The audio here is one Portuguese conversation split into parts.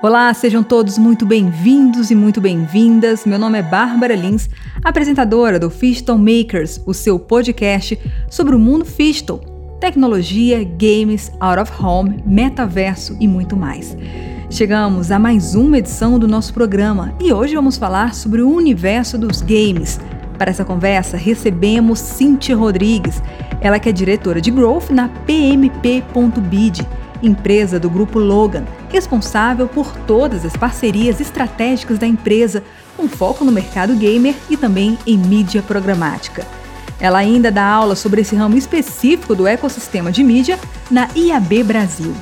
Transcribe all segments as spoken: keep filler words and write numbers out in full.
Olá, sejam todos muito bem-vindos e muito bem-vindas. Meu nome é Bárbara Lins, apresentadora do Phygital Makers, o seu podcast sobre o mundo Phygital, tecnologia, games, out of home, metaverso e muito mais. Chegamos a mais uma edição do nosso programa e hoje vamos falar sobre o universo dos games. Para essa conversa, recebemos Cíntia Rodrigues, ela que é diretora de Growth na P M P ponto B I D, empresa do Grupo Logan, responsável por todas as parcerias estratégicas da empresa, com foco no mercado gamer e também em mídia programática. Ela ainda dá aula sobre esse ramo específico do ecossistema de mídia na I A B Brasil.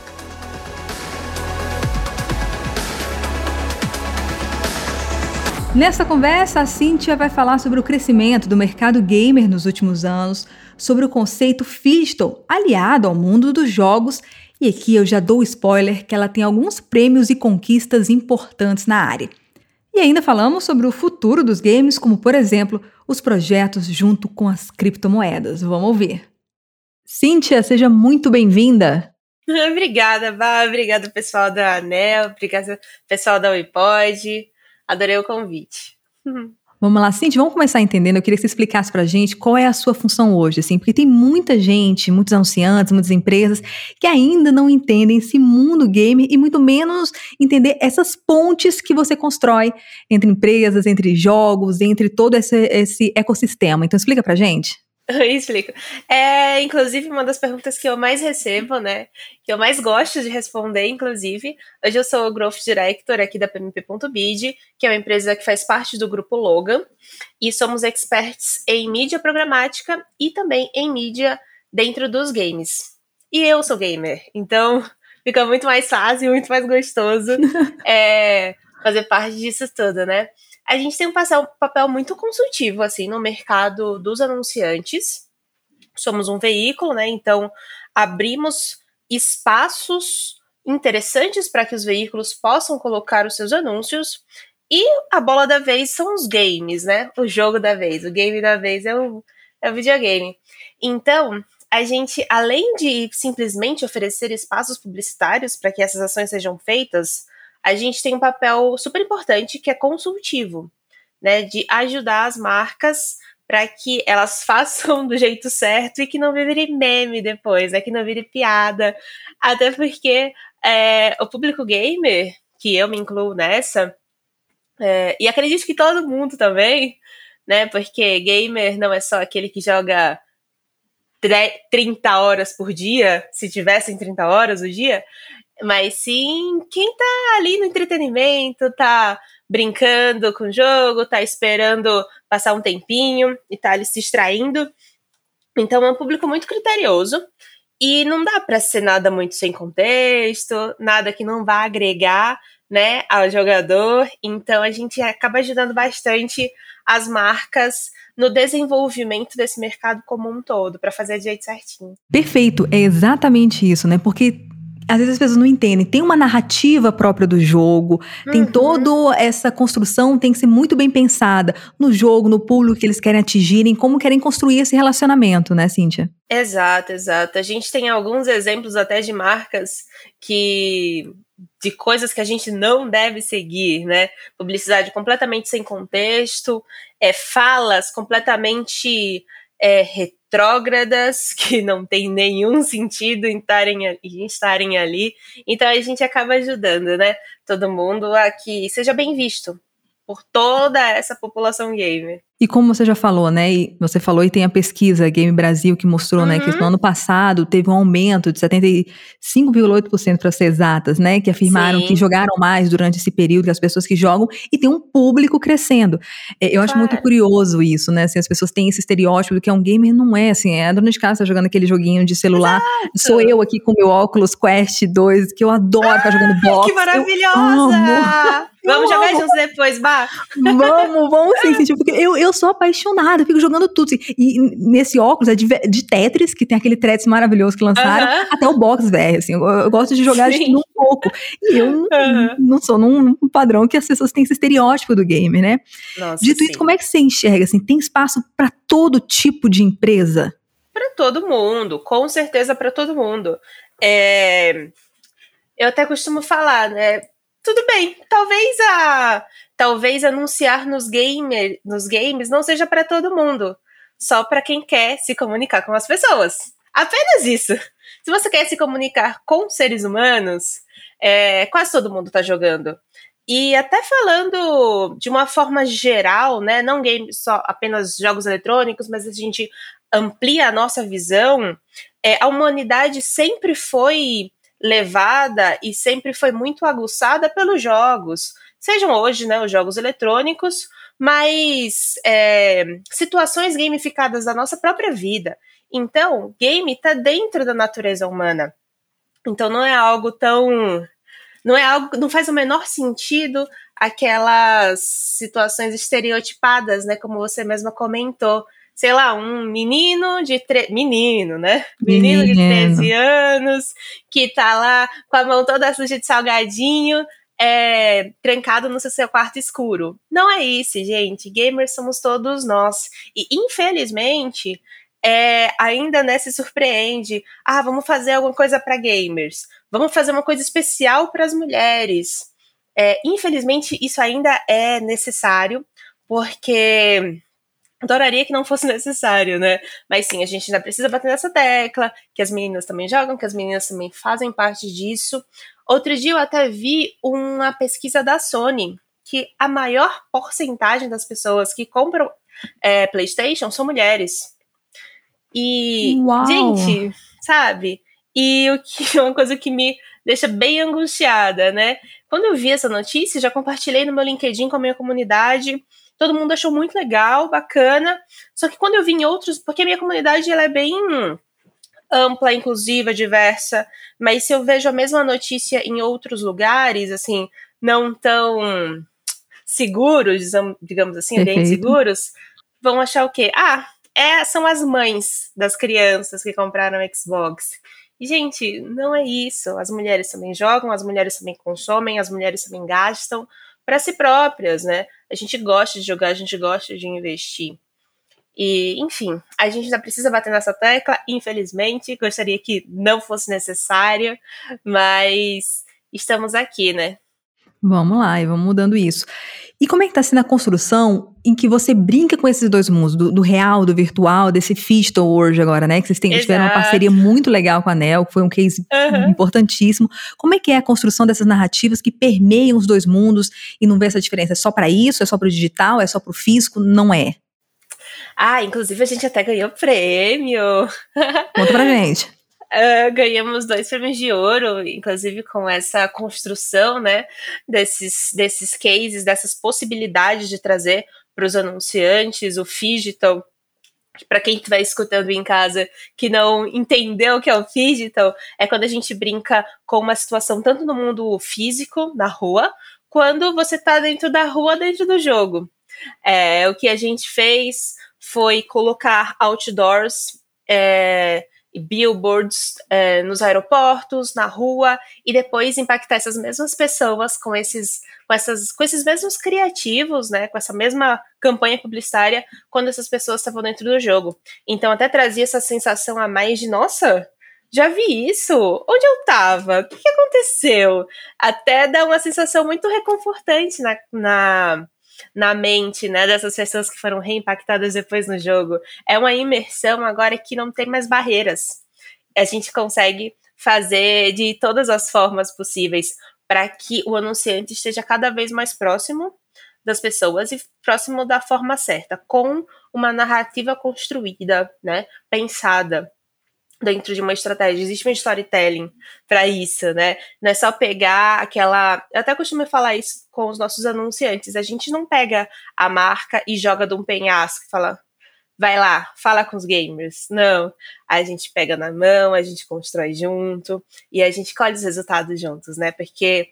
Nesta conversa, a Cíntia vai falar sobre o crescimento do mercado gamer nos últimos anos, sobre o conceito Phygital aliado ao mundo dos jogos. E aqui eu já dou o spoiler que ela tem alguns prêmios e conquistas importantes na área. E ainda falamos sobre o futuro dos games, como, por exemplo, os projetos junto com as criptomoedas. Vamos ouvir. Cíntia, seja muito bem-vinda. Obrigada, Bá. Obrigada, pessoal da ANEL. Obrigada, pessoal da Wipod. Adorei o convite. Vamos lá, Cíntia, vamos começar entendendo. Eu queria que você explicasse pra gente qual é a sua função hoje, assim, porque tem muita gente, muitos anunciantes, muitas empresas que ainda não entendem esse mundo gamer e muito menos entender essas pontes que você constrói entre empresas, entre jogos, entre todo esse, esse ecossistema. Então explica pra gente. Eu explico. É, inclusive, uma das perguntas que eu mais recebo, né, que eu mais gosto de responder, inclusive. Hoje eu sou o Growth Director aqui da P M P ponto B I D, que é uma empresa que faz parte do Grupo Logan, e somos experts em mídia programática e também em mídia dentro dos games. E eu sou gamer, então fica muito mais fácil, muito mais gostoso é, fazer parte disso tudo, né? A gente tem um papel muito consultivo, assim, no mercado dos anunciantes. Somos um veículo, né? Então, abrimos espaços interessantes para que os veículos possam colocar os seus anúncios. E a bola da vez são os games, né? O jogo da vez. O game da vez é o, é o videogame. Então, a gente, além de simplesmente oferecer espaços publicitários para que essas ações sejam feitas, a gente tem um papel super importante que é consultivo, né, de ajudar as marcas para que elas façam do jeito certo e que não vire meme depois, né, que não vire piada, até porque é, o público gamer, que eu me incluo nessa, é, e acredito que todo mundo também, né, porque gamer não é só aquele que joga trinta horas por dia, se tivessem trinta horas o dia, mas sim quem tá ali no entretenimento, tá brincando com o jogo, tá esperando passar um tempinho e tá ali se distraindo. Então é um público muito criterioso e não dá pra ser nada muito sem contexto, nada que não vá agregar, né, ao jogador. Então a gente acaba ajudando bastante as marcas no desenvolvimento desse mercado como um todo, pra fazer do jeito certinho. Perfeito, é exatamente isso, né? Porque às vezes as pessoas não entendem, tem uma narrativa própria do jogo, uhum. Tem toda essa construção, tem que ser muito bem pensada no jogo, no público que eles querem atingirem, como querem construir esse relacionamento, né, Cíntia? Exato, exato. A gente tem alguns exemplos até de marcas que... de coisas que a gente não deve seguir, né? Publicidade completamente sem contexto, é, falas completamente é, retrógradas, que não tem nenhum sentido em estarem, em estarem ali. Então a gente acaba ajudando, né? Todo mundo a que seja bem visto por toda essa população gamer. E como você já falou, né, e você falou e tem a pesquisa Game Brasil que mostrou, uhum. né, que no ano passado teve um aumento de setenta e cinco vírgula oito por cento para ser exatas, né, que afirmaram Sim. que jogaram mais durante esse período, que as pessoas que jogam, e tem um público crescendo. Eu claro. acho muito curioso isso, né, assim, as pessoas têm esse estereótipo do que é um gamer, não é, assim, é a dona de casa jogando aquele joguinho de celular, Exato. Sou eu aqui com meu óculos Quest dois, que eu adoro ah, ficar jogando boxe. Que maravilhosa! Vamos jogar juntos depois, Bah? Vamos, vamos sim, sim, porque eu, eu sou apaixonada, fico jogando tudo. Assim. E nesse óculos é de, de Tetris, que tem aquele Tetris maravilhoso que lançaram, uh-huh. até o Box V R, assim, eu, eu gosto de jogar de tudo um pouco. E eu uh-huh. não sou num, num padrão que as pessoas têm esse estereótipo do gamer, né? Nossa, Dito sim. isso, como é que você enxerga, assim, tem espaço para todo tipo de empresa? Para todo mundo, com certeza para todo mundo. É... Eu até costumo falar, né? tudo bem. Talvez a talvez anunciar nos, gamer, nos games não seja para todo mundo. Só para quem quer se comunicar com as pessoas. Apenas isso. Se você quer se comunicar com seres humanos, é, quase todo mundo tá jogando. E até falando de uma forma geral, né, não games, só apenas jogos eletrônicos, mas a gente amplia a nossa visão, é, a humanidade sempre foi levada e sempre foi muito aguçada pelos jogos. Sejam hoje, né, os jogos eletrônicos, mas é, situações gamificadas da nossa própria vida. Então, game está dentro da natureza humana. Então não é algo tão... Não é algo, não faz o menor sentido aquelas situações estereotipadas, né? Como você mesma comentou. Sei lá, um menino de... Tre... Menino, né? Menino, menino de treze anos, que tá lá com a mão toda suja de salgadinho, é, trancado no seu quarto escuro. Não é isso, gente. Gamers somos todos nós. E, infelizmente... É, ainda, né, se surpreende. Ah, vamos fazer alguma coisa para gamers. Vamos fazer uma coisa especial para as mulheres. É, infelizmente, isso ainda é necessário, porque adoraria que não fosse necessário, né? Mas sim, a gente ainda precisa bater nessa tecla, que as meninas também jogam, que as meninas também fazem parte disso. Outro dia eu até vi uma pesquisa da Sony, que a maior porcentagem das pessoas que compram é, PlayStation são mulheres. E, Uau. gente, sabe? E o que, uma coisa que me deixa bem angustiada, né? Quando eu vi essa notícia, já compartilhei no meu LinkedIn com a minha comunidade. Todo mundo achou muito legal, bacana. Só que quando eu vi em outros... Porque a minha comunidade ela é bem ampla, inclusiva, diversa. Mas se eu vejo a mesma notícia em outros lugares, assim, não tão seguros, digamos assim, ambientes seguros, vão achar o quê? Ah... É, são as mães das crianças que compraram Xbox. E, gente, não é isso. As mulheres também jogam, as mulheres também consomem, as mulheres também gastam para si próprias, né? A gente gosta de jogar, a gente gosta de investir. E, enfim, a gente ainda precisa bater nessa tecla, infelizmente. Gostaria que não fosse necessário, mas estamos aqui, né? Vamos lá, e vamos mudando isso. E como é que tá sendo a construção em que você brinca com esses dois mundos, do, do real, do virtual, desse Fistal World agora, né? Que vocês têm, tiveram uma parceria muito legal com a Anel, que foi um case uhum. importantíssimo. Como é que é a construção dessas narrativas que permeiam os dois mundos e não vê essa diferença? É só para isso? É só para o digital? É só para o físico? Não é. Ah, inclusive a gente até ganhou prêmio. Conta pra gente. Uh, ganhamos dois prêmios de ouro, inclusive com essa construção, né, desses, desses cases, dessas possibilidades de trazer para os anunciantes o Phygital. Para quem estiver escutando em casa que não entendeu o que é o Phygital, é quando a gente brinca com uma situação tanto no mundo físico, na rua, quando você está dentro da rua, dentro do jogo. É, o que a gente fez foi colocar outdoors, é, billboards é, nos aeroportos, na rua, e depois impactar essas mesmas pessoas com esses, com essas, com esses mesmos criativos, né, com essa mesma campanha publicitária, quando essas pessoas estavam dentro do jogo. Então até trazia essa sensação a mais de, nossa, já vi isso? Onde eu tava? O que, que aconteceu? Até dá uma sensação muito reconfortante na... na na mente, né, dessas pessoas que foram reimpactadas depois no jogo. É uma imersão agora que não tem mais barreiras. A gente consegue fazer de todas as formas possíveis para que o anunciante esteja cada vez mais próximo das pessoas e próximo da forma certa, com uma narrativa construída, né, pensada dentro de uma estratégia. Existe um storytelling para isso, né? Não é só pegar aquela... Eu até costumo falar isso com os nossos anunciantes. A gente não pega a marca e joga de um penhasco e fala, vai lá, fala com os gamers. Não. A gente pega na mão, a gente constrói junto e a gente colhe os resultados juntos, né? Porque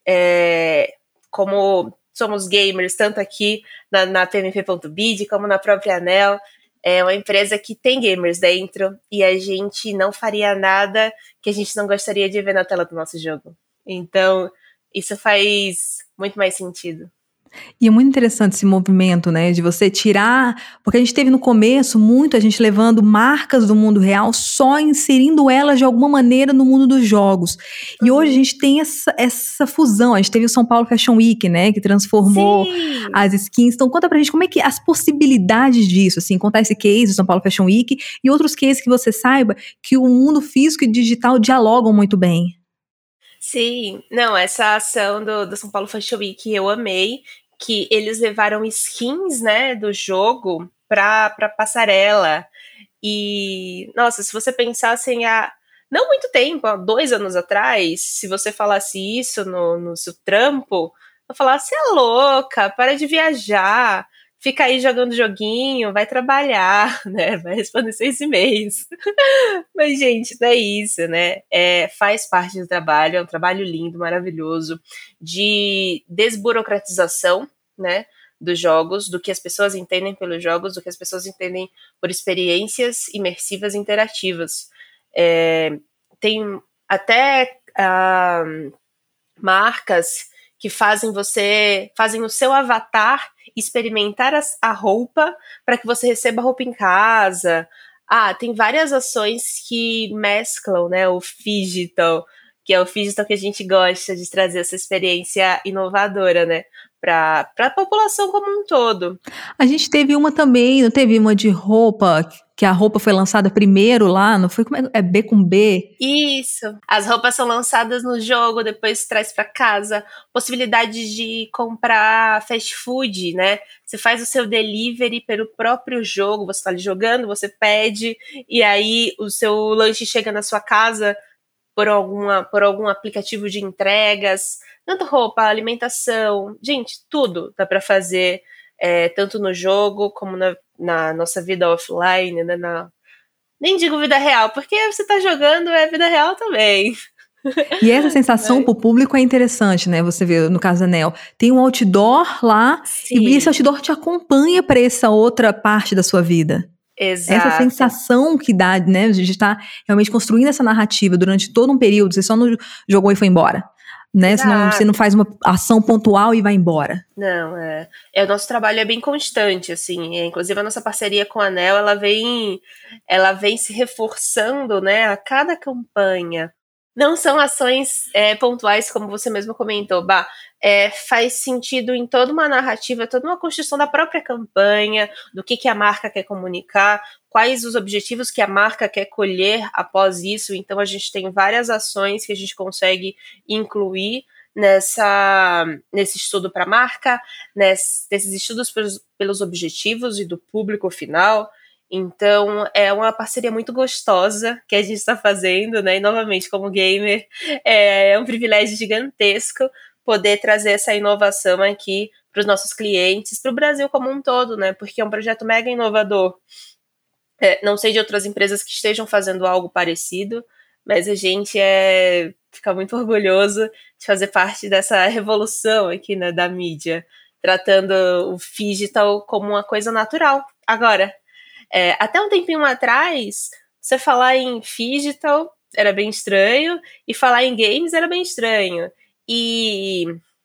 é, como somos gamers, tanto aqui na, na P M P ponto B I D como na própria Anel, é uma empresa que tem gamers dentro e a gente não faria nada que a gente não gostaria de ver na tela do nosso jogo. Então, isso faz muito mais sentido. E é muito interessante esse movimento, né, de você tirar, porque a gente teve no começo muito a gente levando marcas do mundo real, só inserindo elas de alguma maneira no mundo dos jogos. E Uhum. hoje a gente tem essa, essa fusão, a gente teve o São Paulo Fashion Week, né, que transformou Sim. as skins. Então conta pra gente como é que as possibilidades disso, assim, contar esse case do São Paulo Fashion Week e outros cases que você saiba que o mundo físico e digital dialogam muito bem. Sim, não, essa ação do, do São Paulo Fashion Week eu amei, que eles levaram skins, né, do jogo pra, pra passarela. E, nossa, se você pensasse em há não muito tempo, há dois anos atrás, se você falasse isso no, no seu trampo, eu falasse, você é louca, para de viajar, fica aí jogando joguinho, vai trabalhar, né, vai responder seus e-mails. Mas, gente, não é isso, né? É, faz parte do trabalho, é um trabalho lindo, maravilhoso, de desburocratização, né, dos jogos, do que as pessoas entendem pelos jogos, do que as pessoas entendem por experiências imersivas e interativas. É, tem até uh, marcas que fazem você, fazem o seu avatar experimentar a, a roupa para que você receba a roupa em casa. Ah, tem várias ações que mesclam, né, o digital, que é o digital que a gente gosta de trazer essa experiência inovadora, né, para a população como um todo. A gente teve uma também, não teve uma de roupa, que a roupa foi lançada primeiro lá, não foi? Como é, é B com B? Isso. As roupas são lançadas no jogo, depois traz para casa. Possibilidade de comprar fast food, né? Você faz o seu delivery pelo próprio jogo, você tá ali jogando, você pede, e aí o seu lanche chega na sua casa por, alguma, por algum aplicativo de entregas. Tanto roupa, alimentação, gente, tudo dá para fazer, é, tanto no jogo como na, na nossa vida offline, né? Na, nem digo vida real, porque você tá jogando é vida real também. E essa sensação pro público é interessante, né? Você vê, no caso da Nel, tem um outdoor lá, Sim. E esse outdoor te acompanha para essa outra parte da sua vida. Exato. Essa sensação que dá, né? A gente tá realmente construindo essa narrativa durante todo um período, você só não jogou e foi embora. Né? Você não, você não faz uma ação pontual e vai embora. Não, é. é. O nosso trabalho é bem constante, assim. É, inclusive, a nossa parceria com a Anel, ela vem, ela vem se reforçando, né, a cada campanha. Não são ações é, pontuais, como você mesmo comentou, Bah. É, faz sentido em toda uma narrativa, toda uma construção da própria campanha, do que, que a marca quer comunicar, quais os objetivos que a marca quer colher após isso. Então, a gente tem várias ações que a gente consegue incluir nessa, nesse estudo para a marca, nesse, nesses estudos pelos, pelos objetivos e do público final. Então, é uma parceria muito gostosa que a gente está fazendo, né? E, novamente, como gamer, é um privilégio gigantesco poder trazer essa inovação aqui para os nossos clientes, para o Brasil como um todo, né? Porque é um projeto mega inovador. É, não sei de outras empresas que estejam fazendo algo parecido, mas a gente é, fica muito orgulhoso de fazer parte dessa revolução aqui, né, da mídia, tratando o digital como uma coisa natural. Agora, é, até um tempinho atrás, você falar em digital era bem estranho, e falar em games era bem estranho. E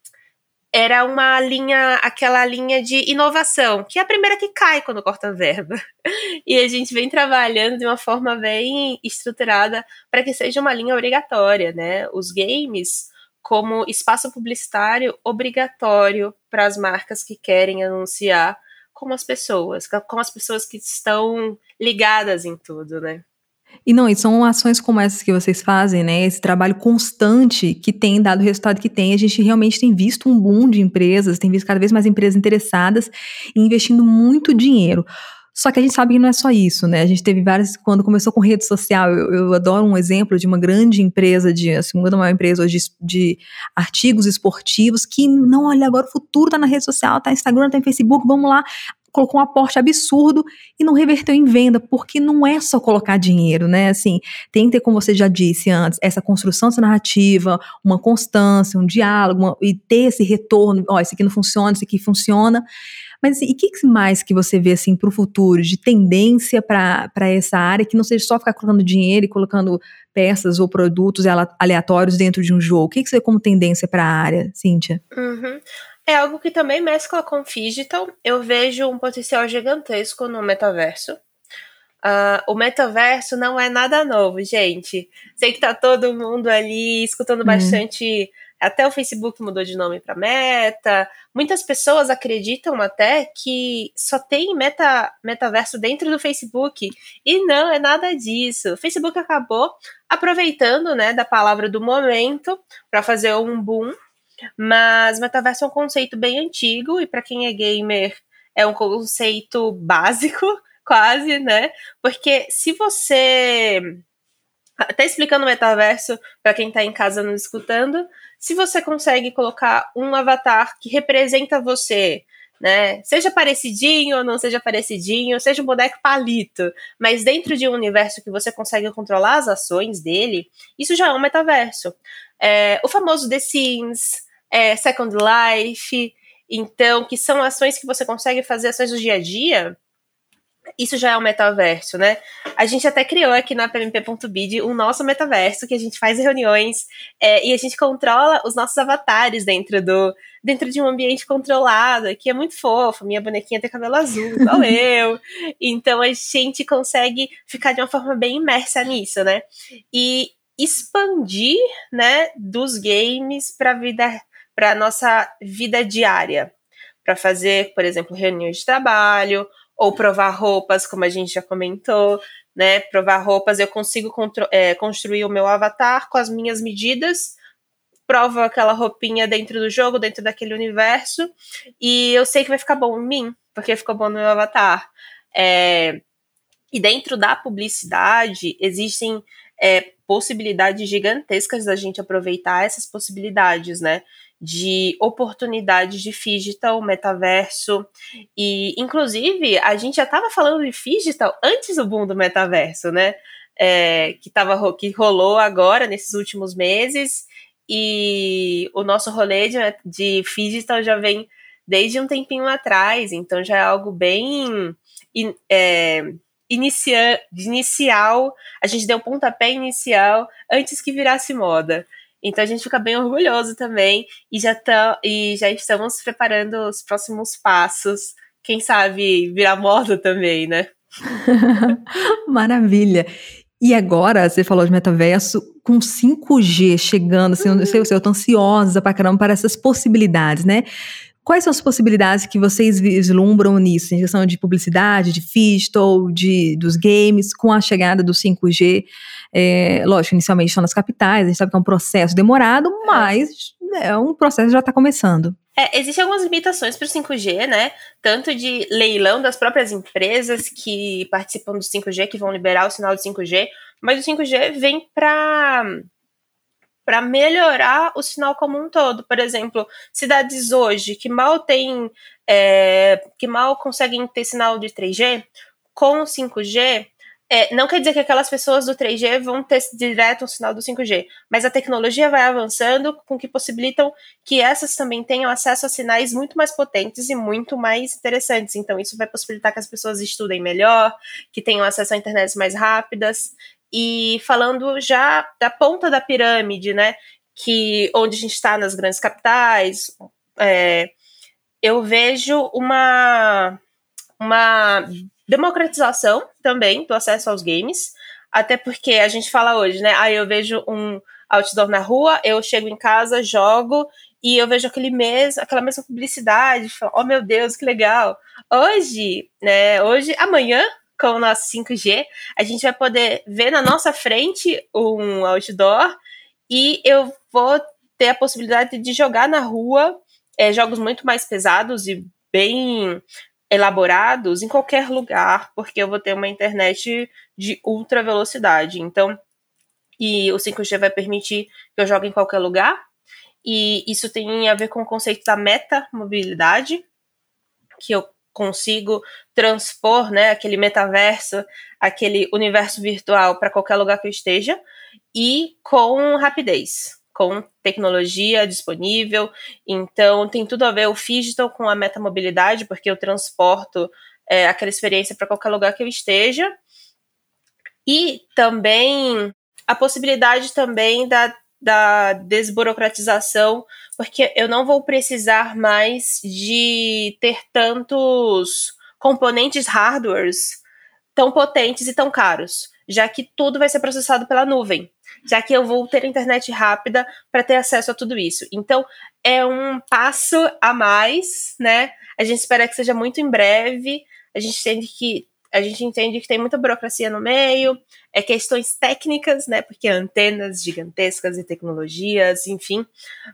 era uma linha, aquela linha de inovação, que é a primeira que cai quando corta a verba. E a gente vem trabalhando de uma forma bem estruturada para que seja uma linha obrigatória, né? Os games como espaço publicitário obrigatório para as marcas que querem anunciar com as pessoas, com as pessoas que estão ligadas em tudo, né? E não, e são ações como essas que vocês fazem, né? Esse trabalho constante que tem dado o resultado que tem. A gente realmente tem visto um boom de empresas, tem visto cada vez mais empresas interessadas e investindo muito dinheiro. Só que a gente sabe que não é só isso, né? A gente teve várias, quando começou com rede social, eu, eu adoro um exemplo de uma grande empresa, de a segunda maior empresa hoje de, de artigos esportivos, que não, olha, agora o futuro tá na rede social, tá no Instagram, tá no Facebook, vamos lá. Colocou um aporte absurdo e não reverteu em venda, porque não é só colocar dinheiro, né? Assim, tem que ter, como você já disse antes, essa construção dessa narrativa, uma constância, um diálogo, uma, e ter esse retorno, ó, isso aqui não funciona, isso aqui funciona. Mas assim, e o que mais que você vê assim para o futuro, de tendência para essa área, que não seja só ficar colocando dinheiro e colocando peças ou produtos aleatórios dentro de um jogo? O que, que você vê como tendência para a área, Cíntia? Uhum. É algo que também mescla com Phygital. Eu vejo um potencial gigantesco no metaverso. Uh, o metaverso não é nada novo, gente. Sei que tá todo mundo ali escutando hum. bastante. Até o Facebook mudou de nome para Meta. Muitas pessoas acreditam até que só tem meta, metaverso dentro do Facebook. E não é nada disso. O Facebook acabou aproveitando, né, da palavra do momento para fazer um boom. Mas metaverso é um conceito bem antigo. E para quem é gamer, é um conceito básico, quase, né? Porque se você... Até explicando o metaverso para quem tá em casa nos escutando, se você consegue colocar um avatar que representa você, né? Seja parecidinho ou não seja parecidinho, seja um boneco palito, mas dentro de um universo que você consegue controlar as ações dele, isso já é um metaverso. É, o famoso The Sims, é, Second Life, então, que são ações que você consegue fazer, ações do dia a dia. Isso já é um metaverso, né? A gente até criou aqui na P M P ponto B I D um nosso metaverso, que a gente faz reuniões é, e a gente controla os nossos avatares dentro, do, dentro de um ambiente controlado, que é muito fofo. Minha bonequinha tem cabelo azul, igual eu. Então a gente consegue ficar de uma forma bem imersa nisso, né? E expandir, né, dos games para vida, para nossa vida diária. Para fazer, por exemplo, reuniões de trabalho, ou provar roupas, como a gente já comentou, né? Provar roupas, eu consigo contro- é, construir o meu avatar com as minhas medidas, provo aquela roupinha dentro do jogo, dentro daquele universo, e eu sei que vai ficar bom em mim, porque ficou bom no meu avatar. É, e dentro da publicidade, existem é, possibilidades gigantescas da gente aproveitar essas possibilidades, né? De oportunidades de Phygital, metaverso, e inclusive a gente já estava falando de Phygital antes do boom do metaverso, né, é, que, tava, que rolou agora nesses últimos meses, e o nosso rolê de, de Phygital já vem desde um tempinho atrás, então já é algo bem in, é, inicia, inicial, a gente deu um pontapé inicial antes que virasse moda. Então a gente fica bem orgulhoso também e já, tá, e já estamos preparando os próximos passos. Quem sabe virar moda também, né? Maravilha! E agora, você falou de metaverso, com cinco G chegando, assim, uhum. eu, sei, eu tô ansiosa pra caramba para essas possibilidades, né? Quais são as possibilidades que vocês vislumbram nisso, em questão de publicidade, de Phygital, de, dos games, com a chegada do cinco G? É, lógico, inicialmente estão nas capitais, a gente sabe que é um processo demorado, mas é um processo que já está começando. É, existem algumas limitações para o cinco G, né? Tanto de leilão das próprias empresas que participam do cinco G, que vão liberar o sinal do cinco G, mas o cinco G vem para... para melhorar o sinal como um todo. Por exemplo, cidades hoje que mal tem, é, que mal conseguem ter sinal de três G, com o cinco G, é, não quer dizer que aquelas pessoas do três G vão ter direto um sinal do cinco G, mas a tecnologia vai avançando com que possibilitam que essas também tenham acesso a sinais muito mais potentes e muito mais interessantes. Então isso vai possibilitar que as pessoas estudem melhor, que tenham acesso a internet mais rápidas. E falando já da ponta da pirâmide, né, que onde a gente está nas grandes capitais, é, eu vejo uma, uma democratização também do acesso aos games, até porque a gente fala hoje, né, aí ah, eu vejo um outdoor na rua, eu chego em casa, jogo, e eu vejo aquele mes, aquela mesma publicidade, falo, oh meu Deus, que legal. Hoje, né, hoje, amanhã, com o nosso cinco G, a gente vai poder ver na nossa frente um outdoor e eu vou ter a possibilidade de jogar na rua é, jogos muito mais pesados e bem elaborados em qualquer lugar, porque eu vou ter uma internet de ultra velocidade. Então, e o cinco G vai permitir que eu jogue em qualquer lugar, e isso tem a ver com o conceito da metamobilidade, que eu consigo transpor, né, aquele metaverso, aquele universo virtual para qualquer lugar que eu esteja, e com rapidez, com tecnologia disponível. Então tem tudo a ver o Phygital com a metamobilidade, porque eu transporto é, aquela experiência para qualquer lugar que eu esteja. E também a possibilidade também da, da desburocratização, porque eu não vou precisar mais de ter tantos componentes hardwares tão potentes e tão caros, já que tudo vai ser processado pela nuvem, já que eu vou ter internet rápida para ter acesso a tudo isso. Então, é um passo a mais, né? A gente espera que seja muito em breve, a gente entende que, a gente entende que tem muita burocracia no meio, é questões técnicas, né? Porque antenas gigantescas e tecnologias, enfim,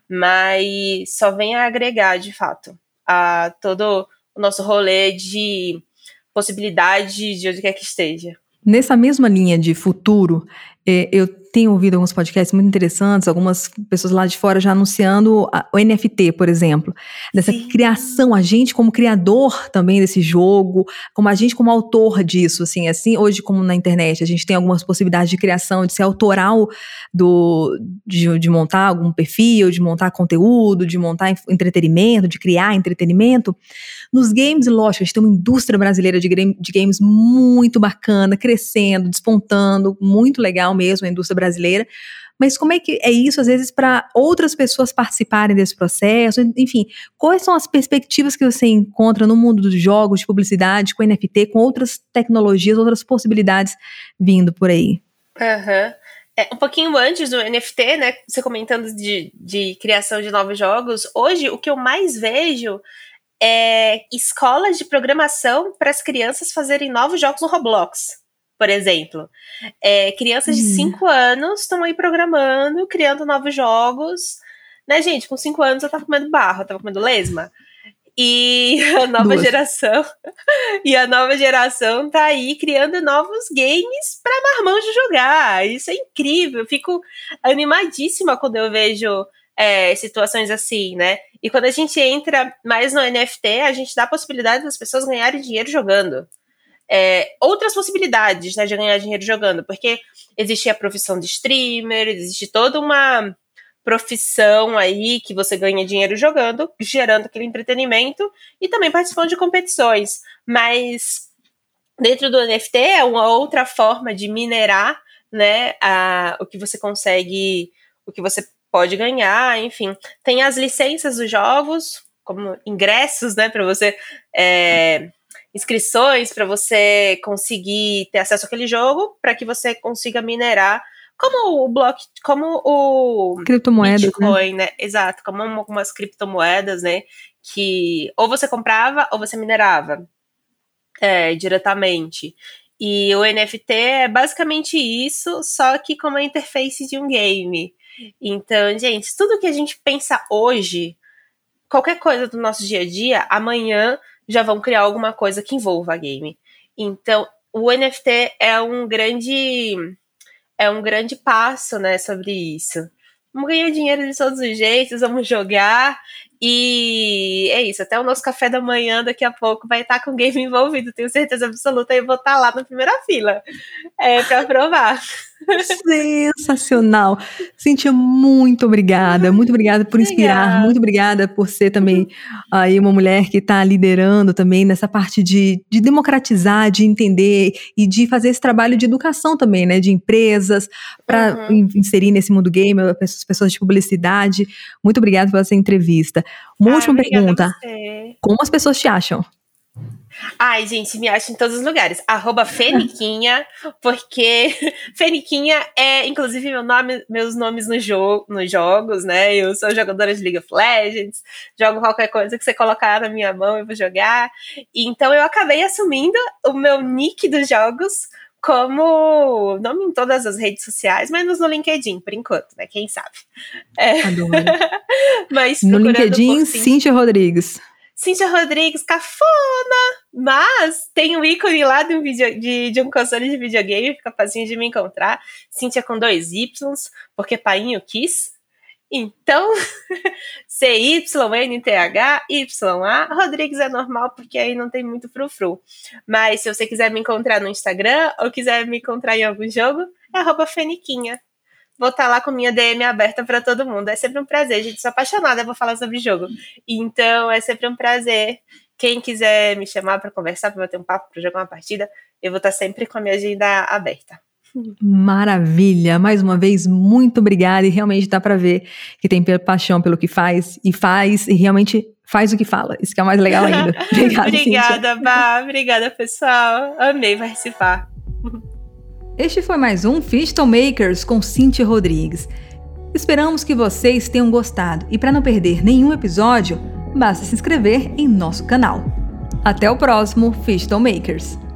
mas só vem a agregar, de fato, a todo o nosso rolê de possibilidade de onde quer que esteja. Nessa mesma linha de futuro, eh, eu tenho ouvido alguns podcasts muito interessantes, algumas pessoas lá de fora já anunciando a, o N F T, por exemplo, dessa Sim. criação, a gente como criador também desse jogo, como a gente como autor disso, assim, assim, hoje como na internet, a gente tem algumas possibilidades de criação, de ser autoral do, de, de montar algum perfil, de montar conteúdo, de montar entretenimento, de criar entretenimento. Nos games, lógico, a gente tem uma indústria brasileira de, de games muito bacana, crescendo, despontando, muito legal mesmo a indústria brasileira, mas como é que é isso, às vezes, para outras pessoas participarem desse processo? Enfim, quais são as perspectivas que você encontra no mundo dos jogos, de publicidade, com N F T, com outras tecnologias, outras possibilidades vindo por aí? Aham. Uhum. É, um pouquinho antes do N F T, né, você comentando de, de criação de novos jogos, hoje o que eu mais vejo é escolas de programação para as crianças fazerem novos jogos no Roblox, por exemplo. É, crianças de cinco anos estão aí programando, criando novos jogos. Né, gente? Com cinco anos eu tava comendo barro, eu tava comendo lesma. E a nova Duas. geração e a nova geração tá aí criando novos games para marmanjo jogar. Isso é incrível. Eu fico animadíssima quando eu vejo é, situações assim, né? E quando a gente entra mais no N F T, a gente dá a possibilidade das pessoas ganharem dinheiro jogando. É, outras possibilidades, né, de ganhar dinheiro jogando, porque existe a profissão de streamer, existe toda uma profissão aí que você ganha dinheiro jogando, gerando aquele entretenimento e também participando de competições. Mas dentro do N F T é uma outra forma de minerar, né, a, o que você consegue, o que você pode ganhar, enfim. Tem as licenças dos jogos, como ingressos, né, para você... É, inscrições para você conseguir ter acesso àquele jogo, para que você consiga minerar, como o bloco, como o criptomoedas, Bitcoin, né? né? Exato, como algumas criptomoedas, né? Que ou você comprava ou você minerava é, diretamente. E o N F T é basicamente isso, só que como a interface de um game. Então, gente, tudo que a gente pensa hoje, qualquer coisa do nosso dia a dia, amanhã já vão criar alguma coisa que envolva a game. Então, o N F T é um grande é um grande passo, né, sobre isso. Vamos ganhar dinheiro de todos os jeitos, vamos jogar, e é isso, até o nosso café da manhã daqui a pouco vai estar com game envolvido, tenho certeza absoluta, e eu vou estar lá na primeira fila, é, para provar. Sensacional. Cíntia, muito obrigada, muito obrigada por inspirar, obrigada. Muito obrigada por ser também aí uma mulher que está liderando também nessa parte de, de democratizar, de entender e de fazer esse trabalho de educação também, né, de empresas, para uhum. inserir nesse mundo gamer, as pessoas de publicidade. Muito obrigada pela essa entrevista. Uma ah, última pergunta, como as pessoas te acham? Ai, gente, me acha em todos os lugares. Arroba Feniquinha, porque Feniquinha é, inclusive, meu nome, meus nomes no jo- nos jogos, né? Eu sou jogadora de League of Legends, jogo qualquer coisa que você colocar na minha mão eu vou jogar. Então eu acabei assumindo o meu nick dos jogos como, não em todas as redes sociais, mas no LinkedIn, por enquanto, né? Quem sabe. É. Adoro. Mas no LinkedIn, Cíntia Rodrigues. Cíntia Rodrigues, cafona! Mas tem um ícone lá de um, video, de, de um console de videogame, fica facinho de me encontrar. Cíntia com dois Ys, porque painho quis. Então, C Y N T H Y A. Rodrigues é normal, porque aí não tem muito frufru. Mas se você quiser me encontrar no Instagram, ou quiser me encontrar em algum jogo, é arroba Feniquinha. Vou estar lá com minha D M aberta para todo mundo. É sempre um prazer, gente. Sou apaixonada por falar sobre jogo. Então, é sempre um prazer. Quem quiser me chamar para conversar, para bater um papo, para jogar uma partida, eu vou estar sempre com a minha agenda aberta. Maravilha! Mais uma vez, muito obrigada, e realmente dá para ver que tem paixão pelo que faz, e faz, e realmente faz o que fala. Isso que é o mais legal ainda. Obrigada, Obrigada, Bá. Obrigada, pessoal. Amei participar. Este foi mais um Fiston Makers com Cíntia Rodrigues. Esperamos que vocês tenham gostado, e para não perder nenhum episódio, basta se inscrever em nosso canal. Até o próximo Fiston Makers!